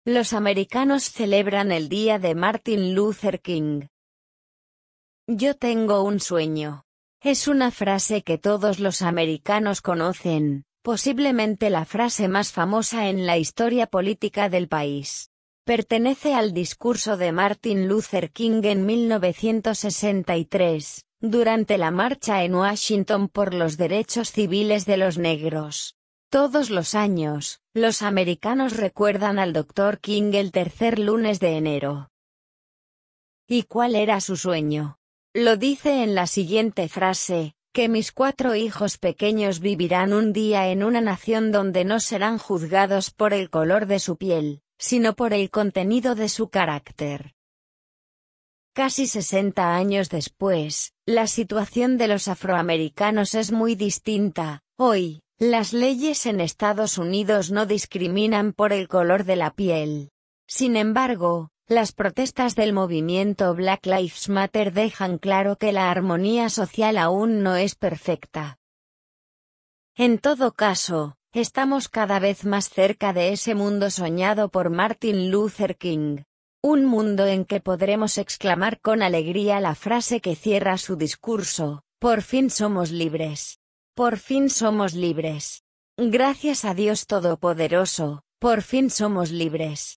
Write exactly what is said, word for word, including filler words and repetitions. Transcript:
Los americanos celebran el día de Martin Luther King. Yo tengo un sueño. Es una frase que todos los americanos conocen, posiblemente la frase más famosa en la historia política del país. Pertenece al discurso de Martin Luther King en mil novecientos sesenta y tres, durante la marcha en Washington por los derechos civiles de los negros. Todos los años, los americanos recuerdan al doctor King el tercer lunes de enero. ¿Y cuál era su sueño? Lo dice en la siguiente frase, que mis cuatro hijos pequeños vivirán un día en una nación donde no serán juzgados por el color de su piel, sino por el contenido de su carácter. Casi sesenta años después, la situación de los afroamericanos es muy distinta. Hoy, las leyes en Estados Unidos no discriminan por el color de la piel. Sin embargo, las protestas del movimiento Black Lives Matter dejan claro que la armonía social aún no es perfecta. En todo caso, estamos cada vez más cerca de ese mundo soñado por Martin Luther King. Un mundo en que podremos exclamar con alegría la frase que cierra su discurso: por fin somos libres. Por fin somos libres. Gracias a Dios Todopoderoso, por fin somos libres.